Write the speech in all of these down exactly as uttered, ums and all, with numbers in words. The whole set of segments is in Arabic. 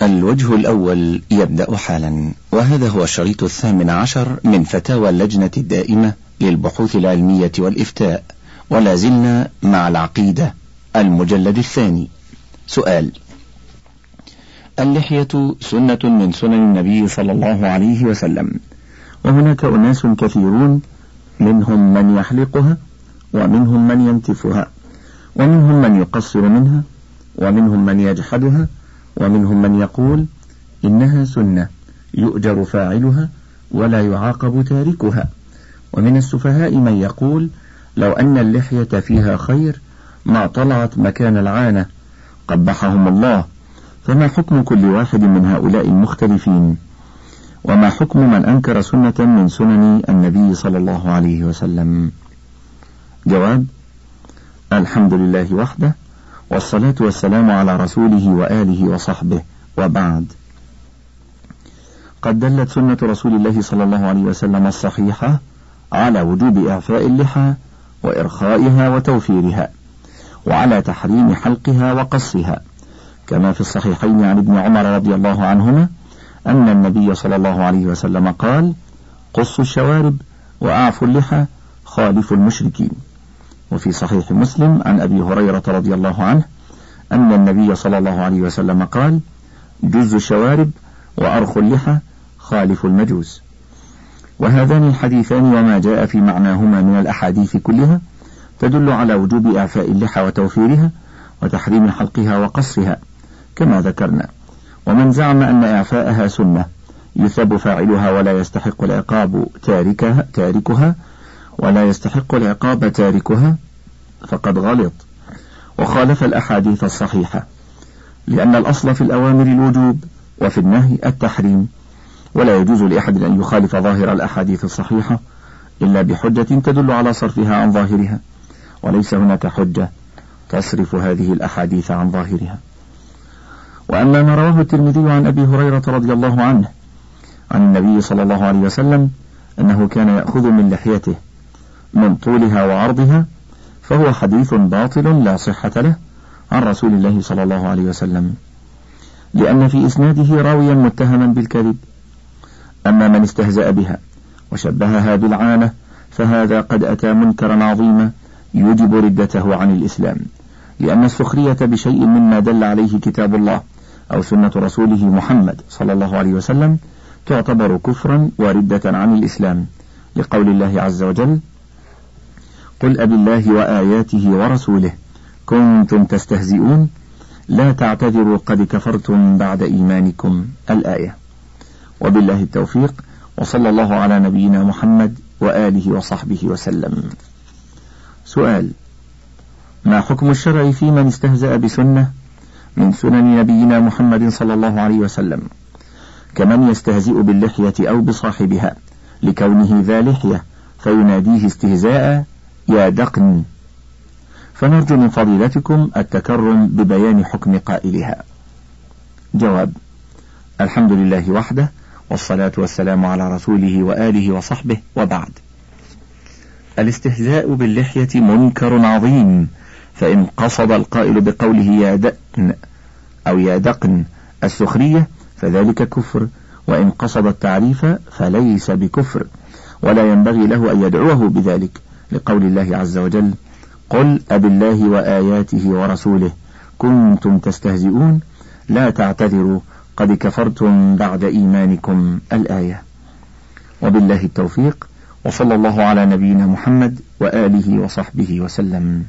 الوجه الأول يبدأ حالا، وهذا هو الشريط الثامن عشر من فتاوى اللجنة الدائمة للبحوث العلمية والإفتاء، ولا زلنا مع العقيدة المجلد الثاني. سؤال: اللحية سنة من سنن النبي صلى الله عليه وسلم، وهناك أناس كثيرون منهم من يحلقها ومنهم من ينتفها، ومنهم من يقصر منها، ومنهم من يجحدها، ومنهم من يقول إنها سنة يؤجر فاعلها ولا يعاقب تاركها، ومن السفهاء من يقول لو أن اللحية فيها خير ما طلعت مكان العانة، قبحهم الله. فما حكم كل واحد من هؤلاء المختلفين؟ وما حكم من أنكر سنة من سنن النبي صلى الله عليه وسلم؟ جواب: الحمد لله وحده، والصلاة والسلام على رسوله وآله وصحبه، وبعد. قد دلت سنة رسول الله صلى الله عليه وسلم الصحيحة على وجوب إعفاء اللحى وإرخائها وتوفيرها، وعلى تحريم حلقها وقصها، كما في الصحيحين عن ابن عمر رضي الله عنهما أن النبي صلى الله عليه وسلم قال: قصوا الشوارب وأعفوا اللحى خالفوا المشركين. وفي صحيح مسلم عن أبي هريرة رضي الله عنه أن النبي صلى الله عليه وسلم قال: جزوا الشوارب وأرخوا اللحى خالفوا المجوس. وهذان الحديثان وما جاء في معناهما من الأحاديث كلها تدل على وجوب إعفاء اللحى وتوفيرها وتحريم حلقها وقصها كما ذكرنا. ومن زعم أن إعفاءها سنة يثاب فاعلها ولا يستحق العقاب تاركها, تاركها ولا يستحق العقاب تاركها فقد غلط وخالف الأحاديث الصحيحة، لأن الأصل في الأوامر الوجوب وفي النهي التحريم، ولا يجوز لأحد أن يخالف ظاهر الأحاديث الصحيحة إلا بحجة تدل على صرفها عن ظاهرها، وليس هناك حجة تصرف هذه الأحاديث عن ظاهرها. وأما ما رواه الترمذي عن أبي هريرة رضي الله عنه عن النبي صلى الله عليه وسلم أنه كان يأخذ من لحيته من طولها وعرضها، فهو حديث باطل لا صحة له عن رسول الله صلى الله عليه وسلم، لأن في إسناده راويا متهما بالكذب. أما من استهزأ بها وشبهها بالعانة فهذا قد أتى منكرا عظيما يوجب ردته عن الإسلام، لأن السخرية بشيء مما دل عليه كتاب الله أو سنة رسوله محمد صلى الله عليه وسلم تعتبر كفرا وردة عن الإسلام، لقول الله عز وجل: قل أبي الله وآياته ورسوله كنتم تستهزئون لا تعتذروا قد كفرتم بعد إيمانكم، الآية. وبالله التوفيق، وصلى الله على نبينا محمد وآله وصحبه وسلم. سؤال: ما حكم الشرع في من استهزأ بسنة من سنن نبينا محمد صلى الله عليه وسلم، كمن يستهزئ باللحية أو بصاحبها لكونه ذا لحية فيناديه استهزاء يا دقن؟ فنرجو من فضيلتكم التكرم ببيان حكم قائلها. جواب: الحمد لله وحده، والصلاة والسلام على رسوله وآله وصحبه، وبعد. الاستهزاء باللحية منكر عظيم، فإن قصد القائل بقوله يا دقن أو يا دقن السخرية فذلك كفر، وإن قصد التعريف فليس بكفر، ولا ينبغي له أن يدعوه بذلك، لقول الله عز وجل: قل أبي الله وآياته ورسوله كنتم تستهزئون لا تعتذروا قد كفرتم بعد إيمانكم، الآية. وبالله التوفيق، وصلى الله على نبينا محمد وآله وصحبه وسلم.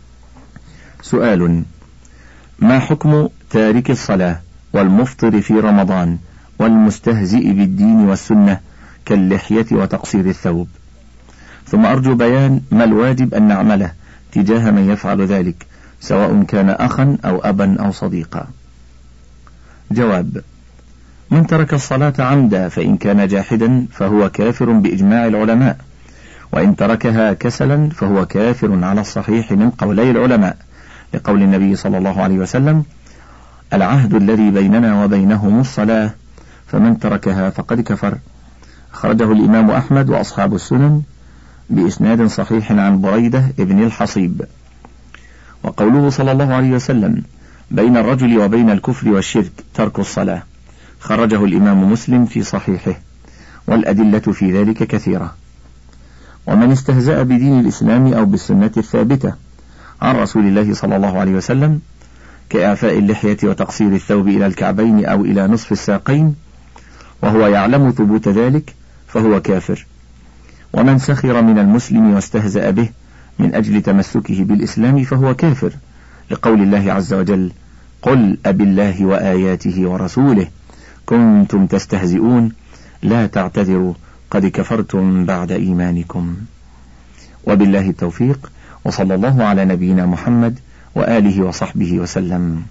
سؤال: ما حكم تارك الصلاة والمفطر في رمضان والمستهزئ بالدين والسنة كاللحية وتقصير الثوب؟ ثم أرجو بيان ما الواجب أن نعمله تجاه من يفعل ذلك، سواء كان أخا أو أبا أو صديقا. جواب: من ترك الصلاة عمدا فإن كان جاحدا فهو كافر بإجماع العلماء، وإن تركها كسلا فهو كافر على الصحيح من قولي العلماء، لقول النبي صلى الله عليه وسلم: العهد الذي بيننا وبينهم الصلاة فمن تركها فقد كفر. أخرجه الإمام أحمد وأصحاب السنن بإسناد صحيح عن بريدة ابن الحصيب. وقوله صلى الله عليه وسلم: بين الرجل وبين الكفر والشرك ترك الصلاة، خرجه الإمام مسلم في صحيحه، والأدلة في ذلك كثيرة. ومن استهزأ بدين الإسلام أو بالسنة الثابتة عن رسول الله صلى الله عليه وسلم كإعفاء اللحية وتقصير الثوب إلى الكعبين أو إلى نصف الساقين وهو يعلم ثبوت ذلك فهو كافر. ومن سخر من المسلم واستهزأ به من أجل تمسكه بالإسلام فهو كافر، لقول الله عز وجل: قل أبالله وآياته ورسوله كنتم تستهزئون لا تعتذروا قد كفرتم بعد إيمانكم. وبالله التوفيق، وصلى الله على نبينا محمد وآله وصحبه وسلم.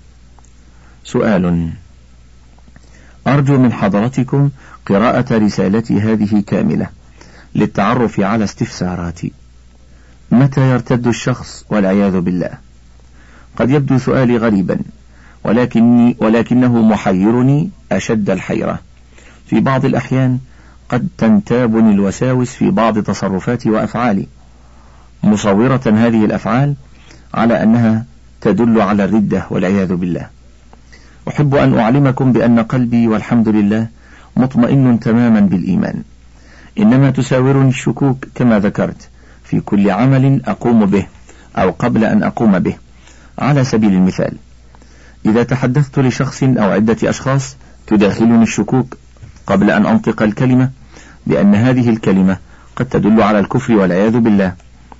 سؤال: أرجو من حضرتكم قراءة رسالتي هذه كاملة للتعرف على استفساراتي. متى يرتد الشخص والعياذ بالله؟ قد يبدو سؤالي غريبا، ولكني ولكنه محيرني أشد الحيرة. في بعض الأحيان قد تنتابني الوساوس في بعض تصرفاتي وأفعالي، مصورة هذه الأفعال على أنها تدل على الردة والعياذ بالله. أحب أن أعلمكم بأن قلبي والحمد لله مطمئن تماما بالإيمان، إنما تساورني الشكوك كما ذكرت في كل عمل أقوم به أو قبل أن أقوم به. على سبيل المثال، إذا تحدثت لشخص أو عدة أشخاص تداخلني الشكوك قبل أن أنطق الكلمة بأن هذه الكلمة قد تدل على الكفر والعياذ بالله،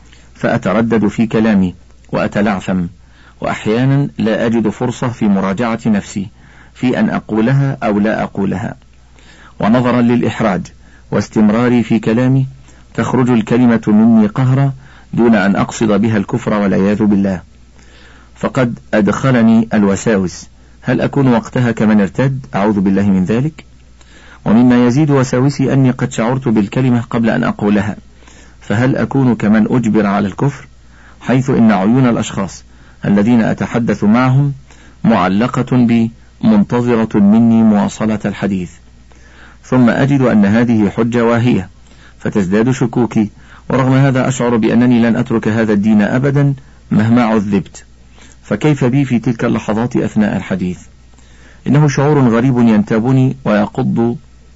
فأتردد في كلامي وأتلعثم، وأحيانا لا أجد فرصة في مراجعة نفسي في أن أقولها أو لا أقولها. ونظرا للإحراج واستمراري في كلامي تخرج الكلمة مني قهرا دون أن أقصد بها الكفر والعياذ بالله، فقد أدخلني الوساوس. هل أكون وقتها كمن ارتد؟ أعوذ بالله من ذلك. ومما يزيد وساوسي أني قد شعرت بالكلمة قبل أن أقولها، فهل أكون كمن أجبر على الكفر، حيث إن عيون الأشخاص الذين أتحدث معهم معلقة بي منتظرة مني مواصلة الحديث، ثم أجد أن هذه حجة واهية فتزداد شكوكي، ورغم هذا أشعر بأنني لن أترك هذا الدين أبدا مهما عذبت. فكيف بي في تلك اللحظات أثناء الحديث؟ إنه شعور غريب ينتابني ويقض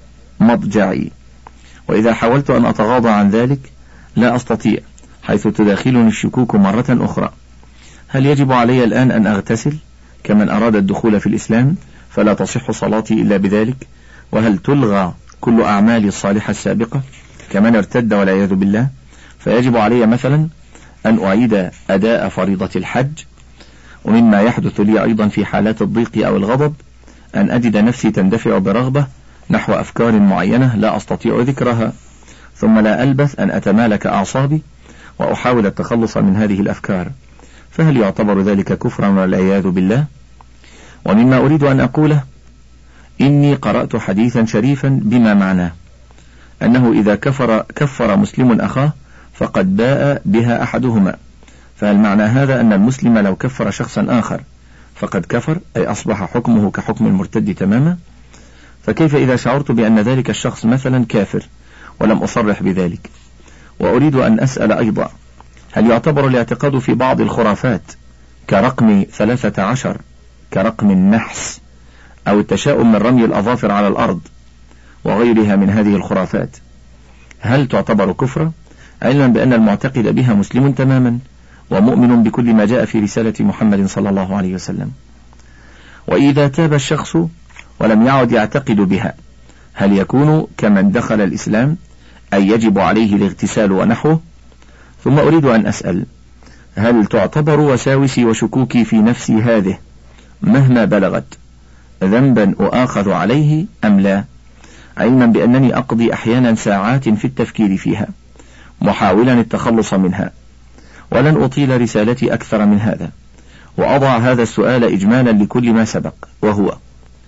مضجعي، وإذا حاولت أن أتغاضى عن ذلك لا أستطيع، حيث تداخلني الشكوك مرة أخرى. هل يجب علي الآن أن أغتسل كمن أراد الدخول في الإسلام فلا تصح صلاتي إلا بذلك؟ وهل تلغى كل أعمالي الصالحة السابقة كمن ارتد والعياذ بالله؟ فيجب علي مثلا أن أعيد أداء فريضة الحج. ومما يحدث لي أيضا في حالات الضيق أو الغضب أن أجد نفسي تندفع برغبة نحو أفكار معينة لا أستطيع ذكرها، ثم لا ألبث أن أتمالك أعصابي وأحاول التخلص من هذه الأفكار، فهل يعتبر ذلك كفرا والعياذ بالله؟ ومما أريد أن أقوله، إني قرأت حديثا شريفا بما معناه أنه إذا كفر كفر مسلم أخاه فقد باء بها أحدهما. فهل معنى هذا أن المسلم لو كفر شخصا آخر فقد كفر، أي أصبح حكمه كحكم المرتد تماما؟ فكيف إذا شعرت بأن ذلك الشخص مثلا كافر ولم أصرح بذلك؟ وأريد أن أسأل أيضا، هل يعتبر الاعتقاد في بعض الخرافات كرقم ثلاثة عشر كرقم النحس أو التشاؤم من رمي الأظافر على الأرض وغيرها من هذه الخرافات، هل تعتبر كفرا، علما بأن المعتقد بها مسلم تماما ومؤمن بكل ما جاء في رسالة محمد صلى الله عليه وسلم؟ وإذا تاب الشخص ولم يعد يعتقد بها، هل يكون كمن دخل الإسلام أي يجب عليه الاغتسال ونحوه؟ ثم أريد أن أسأل، هل تعتبر وساوسي وشكوكي في نفسي هذه مهما بلغت ذنبا أؤاخذ عليه أم لا، علما بأنني أقضي أحيانا ساعات في التفكير فيها محاولا التخلص منها؟ ولن أطيل رسالتي أكثر من هذا، وأضع هذا السؤال إجمالا لكل ما سبق، وهو: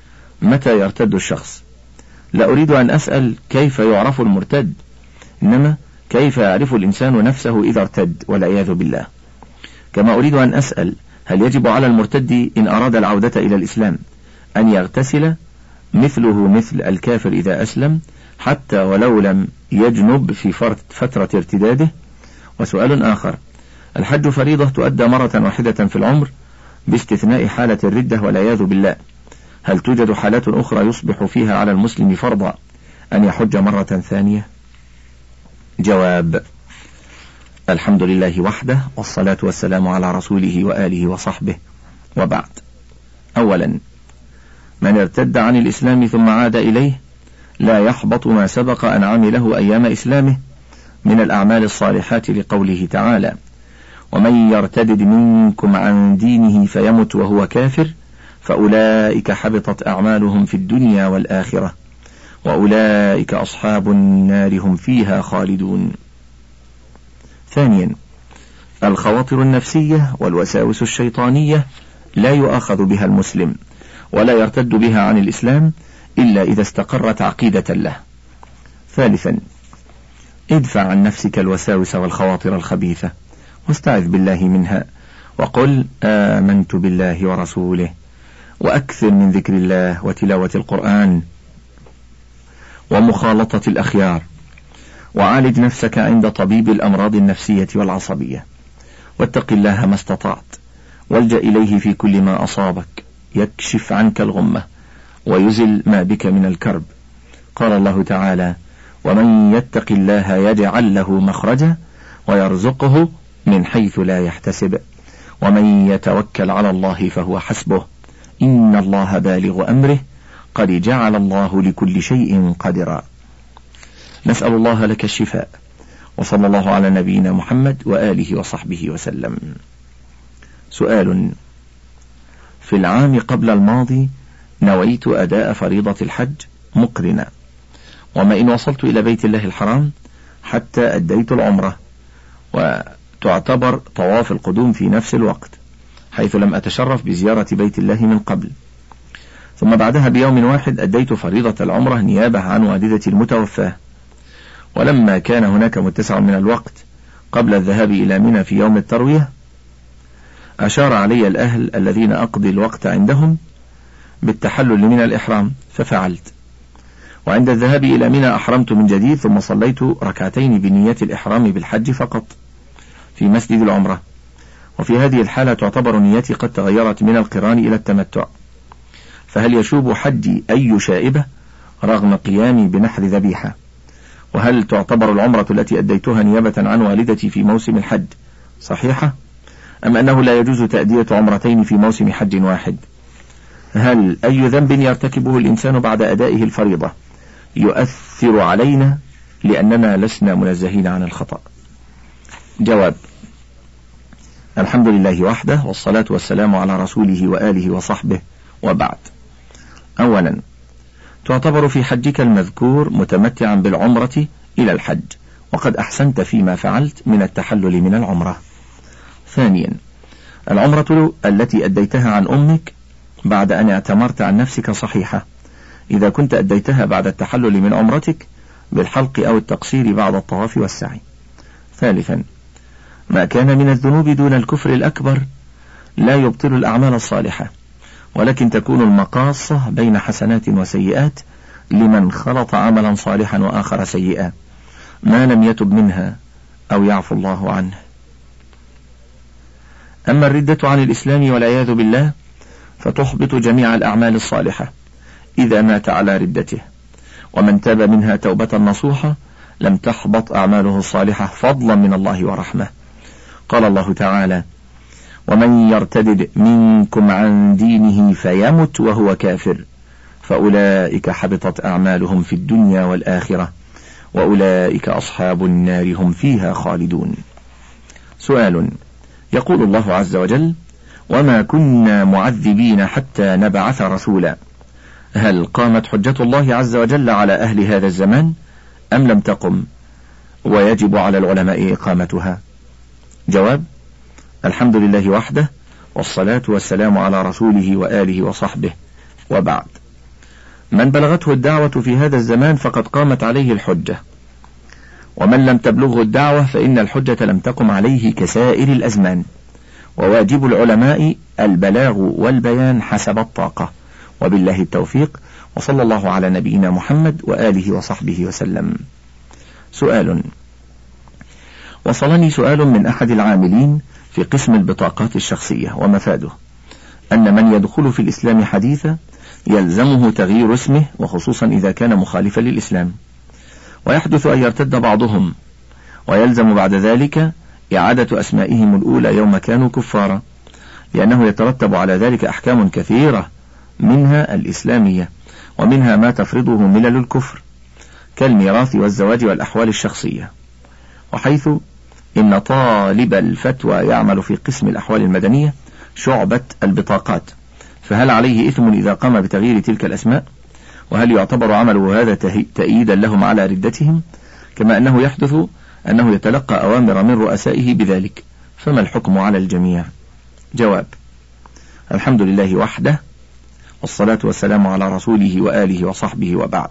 متى يرتد الشخص؟ لا أريد أن أسأل كيف يعرف المرتد، إنما كيف يعرف الإنسان نفسه إذا ارتد والعياذ بالله. كما أريد أن أسأل، هل يجب على المرتد إن أراد العودة إلى الإسلام أن يغتسل مثله مثل الكافر إذا أسلم حتى ولو لم يجنب في فترة ارتداده؟ وسؤال آخر: الحج فريضة تؤدى مرة واحدة في العمر باستثناء حالة الردة والعياذ بالله، هل توجد حالات أخرى يصبح فيها على المسلم فرضا أن يحج مرة ثانية؟ جواب: الحمد لله وحده، والصلاة والسلام على رسوله وآله وصحبه، وبعد. أولا، من ارتد عن الإسلام ثم عاد إليه لا يحبط ما سبق أن عمله أيام إسلامه من الأعمال الصالحات، لقوله تعالى: ومن يرتد منكم عن دينه فيمت وهو كافر فأولئك حبطت أعمالهم في الدنيا والآخرة وأولئك أصحاب النار هم فيها خالدون. ثانيا، الخواطر النفسية والوساوس الشيطانية لا يؤاخذ بها المسلم ولا يرتد بها عن الإسلام إلا إذا استقرت عقيدة له. ثالثا، ادفع عن نفسك الوساوس والخواطر الخبيثة واستعذ بالله منها، وقل آمنت بالله ورسوله، وأكثر من ذكر الله وتلاوة القرآن ومخالطة الأخيار، وعالج نفسك عند طبيب الأمراض النفسية والعصبية، واتق الله ما استطعت، والجأ إليه في كل ما أصابك يكشف عنك الغمة ويزل ما بك من الكرب. قال الله تعالى: ومن يتق الله يجعل له مخرجا ويرزقه من حيث لا يحتسب ومن يتوكل على الله فهو حسبه إن الله بالغ أمره قد جعل الله لكل شيء قدرا. نسأل الله لك الشفاء، وصلى الله على نبينا محمد وآله وصحبه وسلم. سؤال: في العام قبل الماضي نويت أداء فريضة الحج مقرنا، وما إن وصلت إلى بيت الله الحرام حتى أديت العمرة، وتعتبر طواف القدوم في نفس الوقت، حيث لم أتشرف بزيارة بيت الله من قبل، ثم بعدها بيوم واحد أديت فريضة العمرة نيابة عن والدتي المتوفاة. ولما كان هناك متسع من الوقت قبل الذهاب إلى منى في يوم التروية، أشار علي الأهل الذين أقضي الوقت عندهم بالتحلل من الإحرام، ففعلت، وعند الذهاب إلى منى أحرمت من جديد، ثم صليت ركعتين بنية الإحرام بالحج فقط في مسجد العمرة. وفي هذه الحالة تعتبر نيتي قد تغيرت من القران إلى التمتع، فهل يشوب حجي أي شائبة رغم قيامي بنحر ذبيحة؟ وهل تعتبر العمرة التي أديتها نيابة عن والدتي في موسم الحج صحيحة، أم أنه لا يجوز تأدية عمرتين في موسم حج واحد؟ هل أي ذنب يرتكبه الإنسان بعد أدائه الفريضة يؤثر علينا لأننا لسنا منزهين عن الخطأ؟ جواب: الحمد لله وحده، والصلاة والسلام على رسوله وآله وصحبه، وبعد. أولا، تعتبر في حجك المذكور متمتعا بالعمرة إلى الحج، وقد أحسنت فيما فعلت من التحلل من العمرة. ثانيا، العمرة التي أديتها عن أمك بعد أن اعتمرت عن نفسك صحيحة، إذا كنت أديتها بعد التحلل من عمرتك بالحلق أو التقصير بعد الطواف والسعي. ثالثا، ما كان من الذنوب دون الكفر الأكبر لا يبطل الأعمال الصالحة، ولكن تكون المقاصة بين حسنات وسيئات لمن خلط عملا صالحا وآخر سيئا ما لم يتب منها أو يعفو الله عنه. أما الردة عن الإسلام والعياذ بالله فتحبط جميع الأعمال الصالحة إذا مات على ردته، ومن تاب منها توبة نصوحة لم تحبط أعماله الصالحة فضلا من الله ورحمة. قال الله تعالى: ومن يرتد منكم عن دينه فيمت وهو كافر فأولئك حبطت أعمالهم في الدنيا والآخرة وأولئك أصحاب النار هم فيها خالدون. سؤال: يقول الله عز وجل: وما كنا معذبين حتى نبعث رسولا، هل قامت حجة الله عز وجل على أهل هذا الزمان أم لم تقم ويجب على العلماء إقامتها؟ جواب: الحمد لله وحده، والصلاة والسلام على رسوله وآله وصحبه، وبعد. من بلغته الدعوة في هذا الزمان فقد قامت عليه الحجة، ومن لم تبلغه الدعوة فإن الحجة لم تقم عليه كسائر الأزمان، وواجب العلماء البلاغ والبيان حسب الطاقة، وبالله التوفيق، وصلى الله على نبينا محمد وآله وصحبه وسلم. سؤال: وصلني سؤال من أحد العاملين في قسم البطاقات الشخصية ومفاده، أن من يدخل في الإسلام حديثا يلزمه تغيير اسمه، وخصوصا إذا كان مخالفا للإسلام، ويحدث أن يرتد بعضهم، ويلزم بعد ذلك إعادة أسمائهم الأولى يوم كانوا كفارا، لأنه يترتب على ذلك أحكام كثيرة منها الإسلامية، ومنها ما تفرضه ملل الكفر كالميراث والزواج والأحوال الشخصية. وحيث إن طالب الفتوى يعمل في قسم الأحوال المدنية شعبة البطاقات، فهل عليه إثم إذا قام بتغيير تلك الأسماء؟ وهل يعتبر عمله هذا تأييدا لهم على ردتهم؟ كما أنه يحدث أنه يتلقى أوامر من رؤسائه بذلك، فما الحكم على الجميع؟ جواب: الحمد لله وحده، والصلاة والسلام على رسوله وآله وصحبه، وبعد.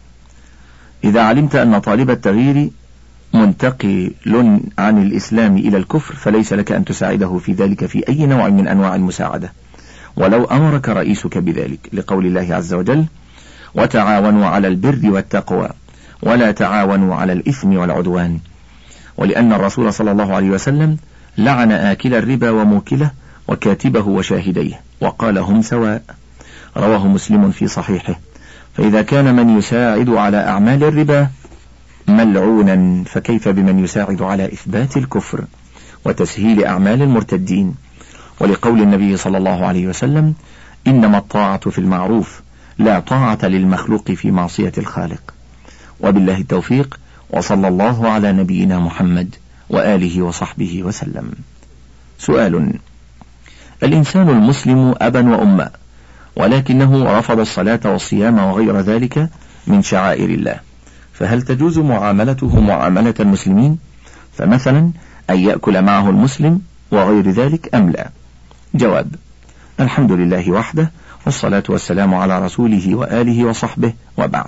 إذا علمت أن طالب التغيير منتقل عن الإسلام إلى الكفر فليس لك أن تساعده في ذلك في أي نوع من أنواع المساعدة، ولو أمرك رئيسك بذلك، لقول الله عز وجل: وتعاونوا على البر والتقوى ولا تعاونوا على الإثم والعدوان، ولأن الرسول صلى الله عليه وسلم لعن آكل الربا وموكله وكاتبه وشاهديه، وقال: هم سواء. رواه مسلم في صحيحه. فإذا كان من يساعد على أعمال الربا ملعونا، فكيف بمن يساعد على إثبات الكفر وتسهيل أعمال المرتدين؟ ولقول النبي صلى الله عليه وسلم: إنما الطاعة في المعروف، لا طاعة للمخلوق في معصية الخالق. وبالله التوفيق، وصلى الله على نبينا محمد وآله وصحبه وسلم. سؤال: الإنسان المسلم أبا وأما، ولكنه رفض الصلاة والصيام وغير ذلك من شعائر الله، فهل تجوز معاملته معاملة المسلمين؟ فمثلا أن يأكل معه المسلم وغير ذلك أم لا؟ جواب: الحمد لله وحده، والصلاة والسلام على رسوله وآله وصحبه، وبعد.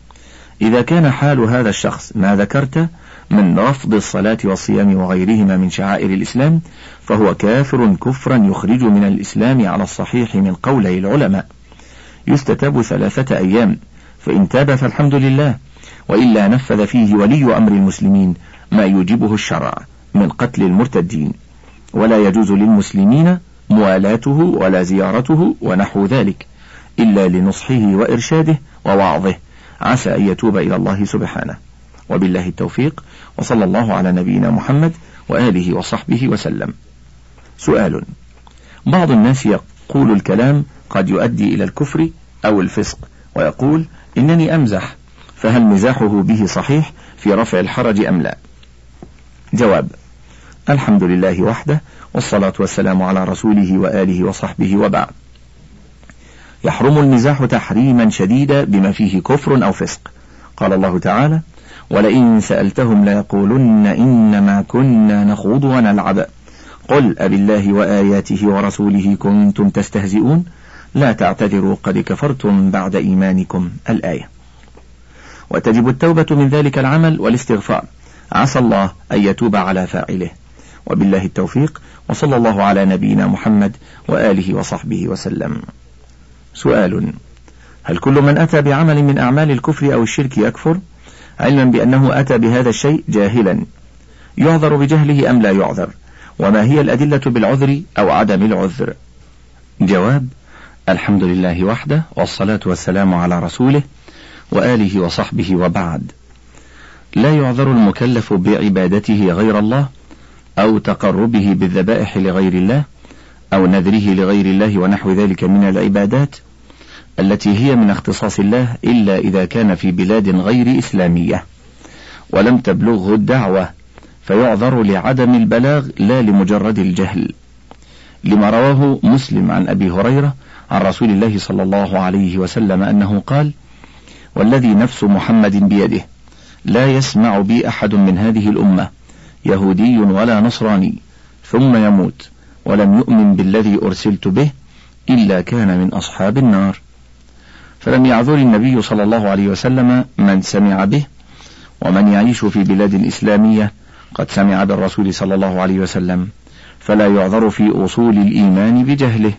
إذا كان حال هذا الشخص ما ذكرت من رفض الصلاة والصيام وغيرهما من شعائر الإسلام، فهو كافر كفرا يخرج من الإسلام على الصحيح من قولي العلماء، يستتاب ثلاثة أيام، فإن تاب فالحمد لله، وإلا نفذ فيه ولي أمر المسلمين ما يوجبه الشرع من قتل المرتدين، ولا يجوز للمسلمين موالاته ولا زيارته ونحو ذلك إلا لنصحه وإرشاده ووعظه، عسى أن يتوب إلى الله سبحانه. وبالله التوفيق، وصلى الله على نبينا محمد وآله وصحبه وسلم. سؤال: بعض الناس يقول الكلام قد يؤدي إلى الكفر أو الفسق، ويقول إنني أمزح، فهل مزاحه به صحيح في رفع الحرج أم لا؟ جواب: الحمد لله وحده، والصلاة والسلام على رسوله وآله وصحبه، وبعد. يحرم المزاح تحريما شديدا بما فيه كفر أو فسق. قال الله تعالى: ولئن سألتهم ليقولن إنما كنا نخوض ونلعب قل أبالله وآياته ورسوله كنتم تستهزئون لا تعتذروا قد كفرتم بعد إيمانكم، الآية. وتجب التوبة من ذلك العمل والاستغفار، عسى الله أن يتوب على فاعله. وبالله التوفيق، وصلى الله على نبينا محمد وآله وصحبه وسلم. سؤال: هل كل من أتى بعمل من أعمال الكفر أو الشرك يكفر، علما بأنه أتى بهذا الشيء جاهلا، يعذر بجهله أم لا يعذر؟ وما هي الأدلة بالعذر أو عدم العذر؟ جواب: الحمد لله وحده، والصلاة والسلام على رسوله وآله وصحبه، وبعد. لا يعذر المكلف بعبادته غير الله، أو تقربه بالذبائح لغير الله، أو نذره لغير الله ونحو ذلك من العبادات التي هي من اختصاص الله، إلا إذا كان في بلاد غير إسلامية ولم تبلغه الدعوة، فيعذر لعدم البلاغ لا لمجرد الجهل، لما رواه مسلم عن أبي هريرة عن رسول الله صلى الله عليه وسلم أنه قال: والذي نفس محمد بيده لا يسمع بي أحد من هذه الأمة يهودي ولا نصراني ثم يموت ولم يؤمن بالذي أرسلت به إلا كان من أصحاب النار. فلم يعذر النبي صلى الله عليه وسلم من سمع به، ومن يعيش في بلاد إسلامية قد سمع بالرسول صلى الله عليه وسلم، فلا يعذر في أصول الإيمان بجهله.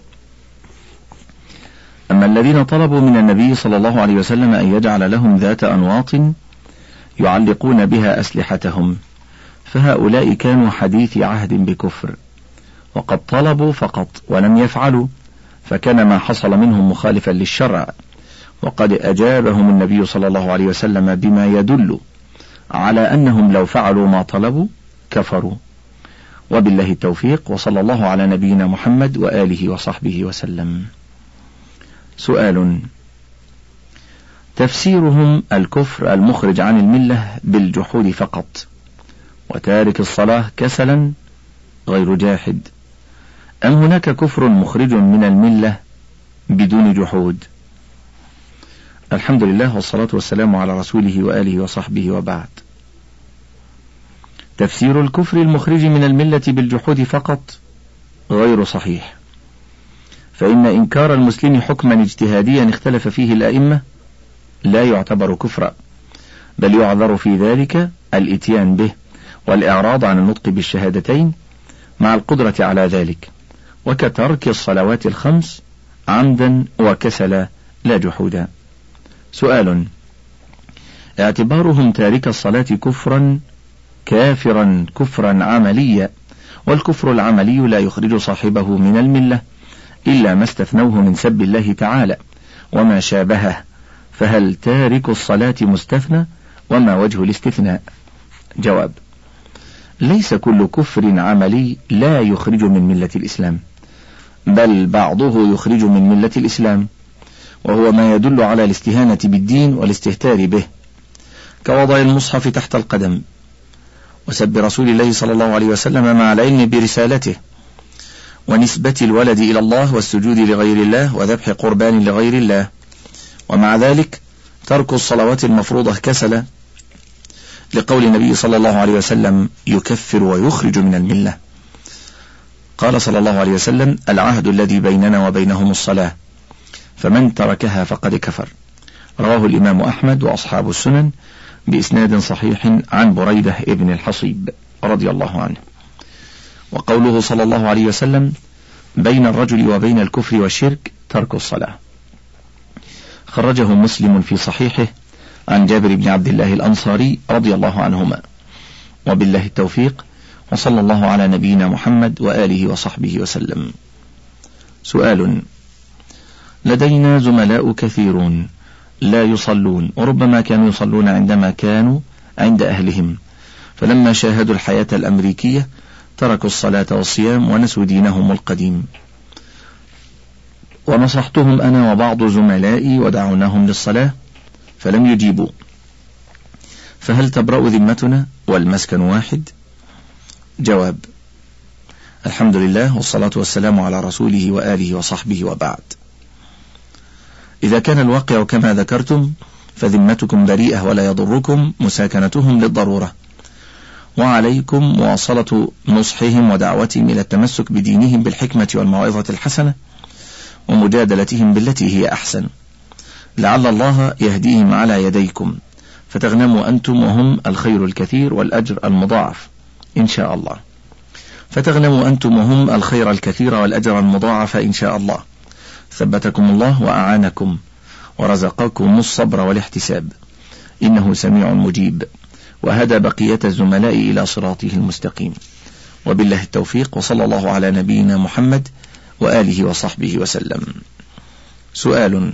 أما الذين طلبوا من النبي صلى الله عليه وسلم أن يجعل لهم ذات أنواط يعلقون بها أسلحتهم، فهؤلاء كانوا حديث عهد بكفر، وقد طلبوا فقط ولم يفعلوا، فكان ما حصل منهم مخالفا للشرع، وقد أجابهم النبي صلى الله عليه وسلم بما يدل على أنهم لو فعلوا ما طلبوا كفروا. وبالله التوفيق، وصلى الله على نبينا محمد وآله وصحبه وسلم. سؤال: تفسيرهم الكفر المخرج عن الملة بالجحود فقط، وتارك الصلاة كسلا غير جاحد، أم هناك كفر مخرج من الملة بدون جحود؟ الحمد لله والصلاة والسلام على رسوله وآله وصحبه وبعد. تفسير الكفر المخرج من الملة بالجحود فقط غير صحيح، فإن إنكار المسلم حكما اجتهاديا اختلف فيه الأئمة لا يعتبر كفرا، بل يعذر في ذلك الإتيان به والإعراض عن النطق بالشهادتين مع القدرة على ذلك، وكترك الصلوات الخمس عمدا وكسلا لا جحودا. سؤال: اعتبارهم تارك الصلاة كفرا كافرا كفرا عمليا، والكفر العملي لا يخرج صاحبه من الملة إلا ما استثنوه من سب الله تعالى وما شابهه، فهل تارك الصلاة مستثنى، وما وجه الاستثناء؟ جواب: ليس كل كفر عملي لا يخرج من ملة الإسلام، بل بعضه يخرج من ملة الإسلام، وهو ما يدل على الاستهانة بالدين والاستهتار به، كوضع المصحف تحت القدم، وسب رسول الله صلى الله عليه وسلم مع العلم برسالته، ونسبة الولد إلى الله والسجود لغير الله وذبح قربان لغير الله، ومع ذلك ترك الصلوات المفروضة كسلا، لقول النبي صلى الله عليه وسلم: يكفر ويخرج من الملة. قال صلى الله عليه وسلم: العهد الذي بيننا وبينهم الصلاة، فمن تركها فقد كفر. رواه الإمام أحمد وأصحاب السنن بإسناد صحيح عن بريدة ابن الحصيب رضي الله عنه. وقوله صلى الله عليه وسلم: بين الرجل وبين الكفر والشرك ترك الصلاة، خرجه مسلم في صحيحه عن جابر بن عبد الله الأنصاري رضي الله عنهما. وبالله التوفيق، وصلى الله على نبينا محمد وآله وصحبه وسلم. سؤال: لدينا زملاء كثيرون لا يصلون، وربما كانوا يصلون عندما كانوا عند أهلهم، فلما شاهدوا الحياة الأمريكية تركوا الصلاة والصيام ونسوا دينهم القديم، ونصحتهم أنا وبعض زملائي ودعوناهم للصلاة فلم يجيبوا، فهل تبرأ ذمتنا والمسكن واحد؟ جواب: الحمد لله والصلاة والسلام على رسوله وآله وصحبه وبعد. إذا كان الواقع كما ذكرتم فذمتكم بريئة ولا يضركم مساكنتهم للضرورة، وعليكم مواصلة نصحهم ودعوتهم إلى التمسك بدينهم بالحكمة والموعظة الحسنة، ومجادلتهم بالتي هي أحسن، لعل الله يهديهم على يديكم فتغنموا أنتم وهم الخير الكثير والأجر المضاعف إن شاء الله، فتغنموا أنتم وهم الخير الكثير والأجر المضاعف إن شاء الله. ثبتكم الله وأعانكم ورزقكم الصبر والاحتساب، إنه سميع مجيب، وهدى بقية الزملاء إلى صراطه المستقيم. وبالله التوفيق، وصلى الله على نبينا محمد وآله وصحبه وسلم. سؤال: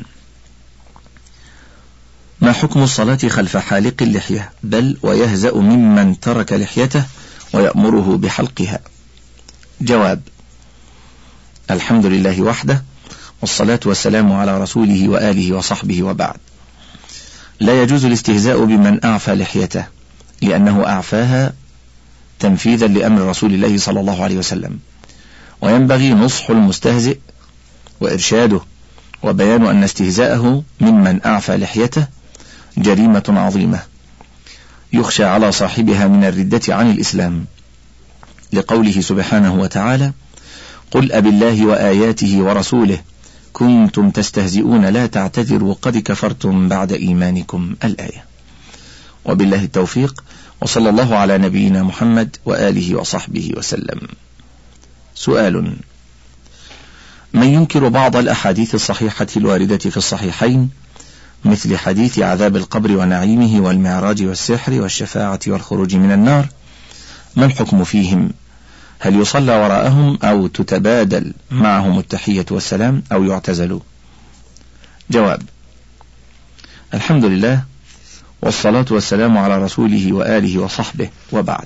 ما حكم الصلاة خلف حالق اللحية بل ويهزأ ممن ترك لحيته ويأمره بحلقها؟ جواب: الحمد لله وحده، والصلاة والسلام على رسوله وآله وصحبه وبعد. لا يجوز الاستهزاء بمن أعفى لحيته، لأنه أعفاها تنفيذا لأمر رسول الله صلى الله عليه وسلم، وينبغي نصح المستهزئ وإرشاده وبيان أن استهزاءه ممن أعفى لحيته جريمة عظيمة يخشى على صاحبها من الردة عن الإسلام، لقوله سبحانه وتعالى: قل أبالله وآياته ورسوله كنتم تستهزئون لا تعتذروا قد كفرتم بعد إيمانكم، الآية. وبالله التوفيق، وصلى الله على نبينا محمد وآله وصحبه وسلم. سؤال: من ينكر بعض الأحاديث الصحيحة الواردة في الصحيحين مثل حديث عذاب القبر ونعيمه والمعراج والسحر والشفاعة والخروج من النار، ما الحكم فيهم؟ هل يصلى وراءهم أو تتبادل معهم التحية والسلام أو يعتزلوا؟ جواب: الحمد لله والصلاة والسلام على رسوله وآله وصحبه، وبعد.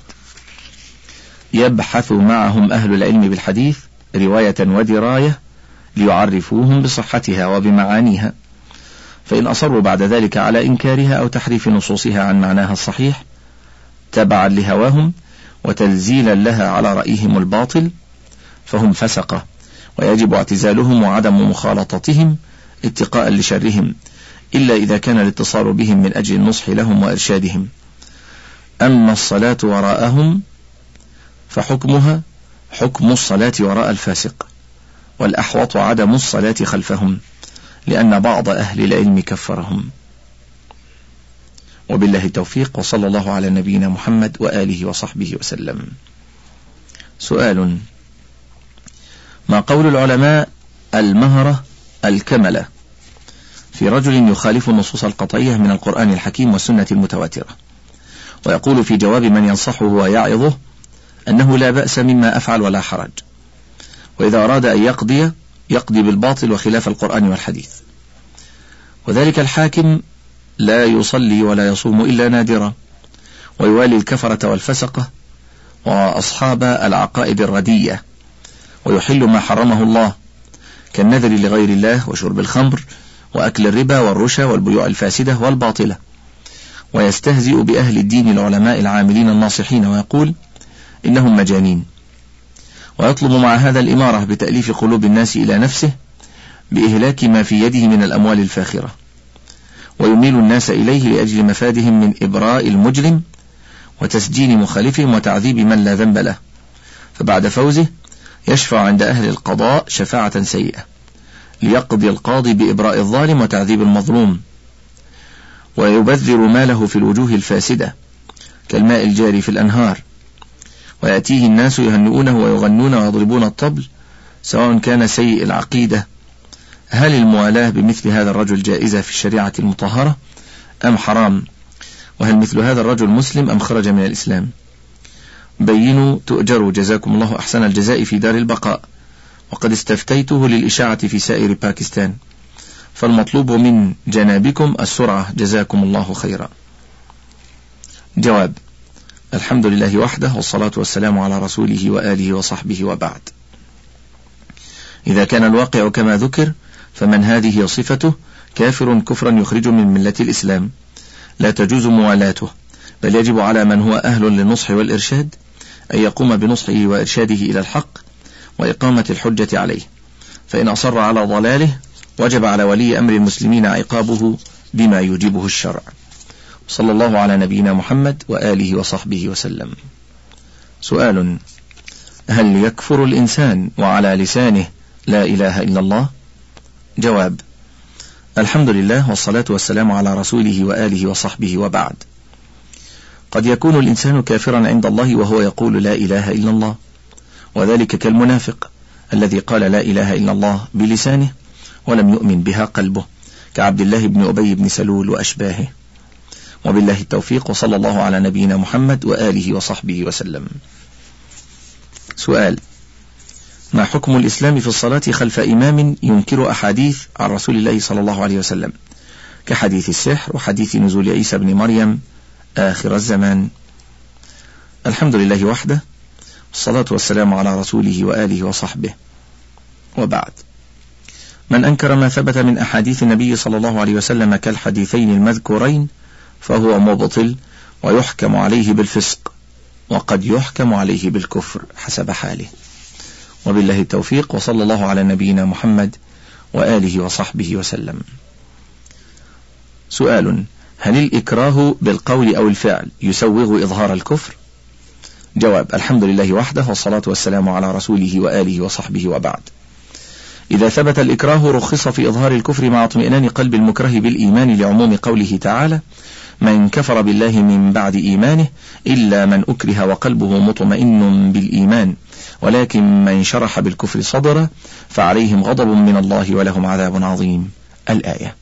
يبحث معهم أهل العلم بالحديث رواية ودراية ليعرفوهم بصحتها وبمعانيها، فإن أصروا بعد ذلك على إنكارها أو تحريف نصوصها عن معناها الصحيح تبعا لهواهم وتنزيلا لها على رأيهم الباطل فهم فسقة، ويجب اعتزالهم وعدم مخالطتهم اتقاء لشرهم، إلا إذا كان الاتصال بهم من أجل النصح لهم وإرشادهم. أما الصلاة وراءهم فحكمها حكم الصلاة وراء الفاسق، والأحوط عدم الصلاة خلفهم، لأن بعض أهل العلم كفرهم. وبالله التوفيق، وصلى الله على نبينا محمد وآله وصحبه وسلم. سؤال: ما قول العلماء المهرة الكملة في رجل يخالف النصوص القطعية من القرآن الحكيم والسنة المتواترة، ويقول في جواب من ينصحه ويعظه أنه لا بأس مما أفعل ولا حرج، وإذا أراد أن يقضي يقضي بالباطل وخلاف القرآن والحديث، وذلك الحاكم لا يصلي ولا يصوم إلا نادرا، ويوالي الكفرة والفسقة وأصحاب العقائد الردية، ويحل ما حرمه الله كالنذر لغير الله وشرب الخمر وأكل الربا والرشا والبيوع الفاسدة والباطلة، ويستهزئ بأهل الدين العلماء العاملين الناصحين ويقول إنهم مجانين، ويطلب مع هذا الإمارة بتأليف قلوب الناس إلى نفسه بإهلاك ما في يده من الأموال الفاخرة، ويميل الناس إليه لأجل مفادهم من إبراء المجرم وتسجين مخالفهم وتعذيب من لا ذنب له، فبعد فوزه يشفع عند أهل القضاء شفاعة سيئة ليقضي القاضي بإبراء الظالم وتعذيب المظلوم، ويبذر ماله في الوجوه الفاسدة كالماء الجاري في الأنهار، ويأتيه الناس يهنئونه ويغنون ويضربون الطبل سواء كان سيء العقيدة. هل الموالاة بمثل هذا الرجل جائزة في الشريعة المطهرة أم حرام؟ وهل مثل هذا الرجل مسلم أم خرج من الإسلام؟ بينوا تؤجروا، جزاكم الله أحسن الجزاء في دار البقاء، وقد استفتيته للإشاعة في سائر باكستان، فالمطلوب من جنابكم السرعة، جزاكم الله خيرا. جواب: الحمد لله وحده، والصلاة والسلام على رسوله وآله وصحبه، وبعد. إذا كان الواقع كما ذكر فمن هذه صفته كافر كفرا يخرج من ملة الإسلام، لا تجوز موالاته، بل يجب على من هو أهل للنصح والإرشاد أن يقوم بنصحه وإرشاده إلى الحق وإقامة الحجة عليه، فإن أصر على ضلاله وجب على ولي أمر المسلمين عقابه بما يوجبه الشرع. صلى الله على نبينا محمد وآله وصحبه وسلم. سؤال: هل يكفر الإنسان وعلى لسانه لا إله إلا الله؟ جواب: الحمد لله والصلاة والسلام على رسوله وآله وصحبه، وبعد. قد يكون الإنسان كافرا عند الله وهو يقول لا إله إلا الله، وذلك كالمنافق الذي قال لا إله إلا الله بلسانه ولم يؤمن بها قلبه، كعبد الله بن أبي بن سلول وأشباهه. وبالله التوفيق، وصلى الله على نبينا محمد وآله وصحبه وسلم. سؤال: ما حكم الإسلام في الصلاة خلف إمام ينكر أحاديث عن رسول الله صلى الله عليه وسلم كحديث السحر وحديث نزول عيسى بن مريم آخر الزمان؟ الحمد لله وحده، والصلاة والسلام على رسوله وآله وصحبه، وبعد. من أنكر ما ثبت من أحاديث النبي صلى الله عليه وسلم كالحديثين المذكورين فهو مبطل ويحكم عليه بالفسق، وقد يحكم عليه بالكفر حسب حاله. وبالله التوفيق، وصلى الله على نبينا محمد وآله وصحبه وسلم. سؤال: هل الإكراه بالقول أو الفعل يسوغ إظهار الكفر؟ جواب: الحمد لله وحده، والصلاة والسلام على رسوله وآله وصحبه، وبعد. إذا ثبت الإكراه رخص في إظهار الكفر مع اطمئنان قلب المكره بالإيمان لعموم قوله تعالى: من كفر بالله من بعد إيمانه إلا من أكره وقلبه مطمئن بالإيمان ولكن من شرح بالكفر صدره فعليهم غضب من الله ولهم عذاب عظيم. الآية.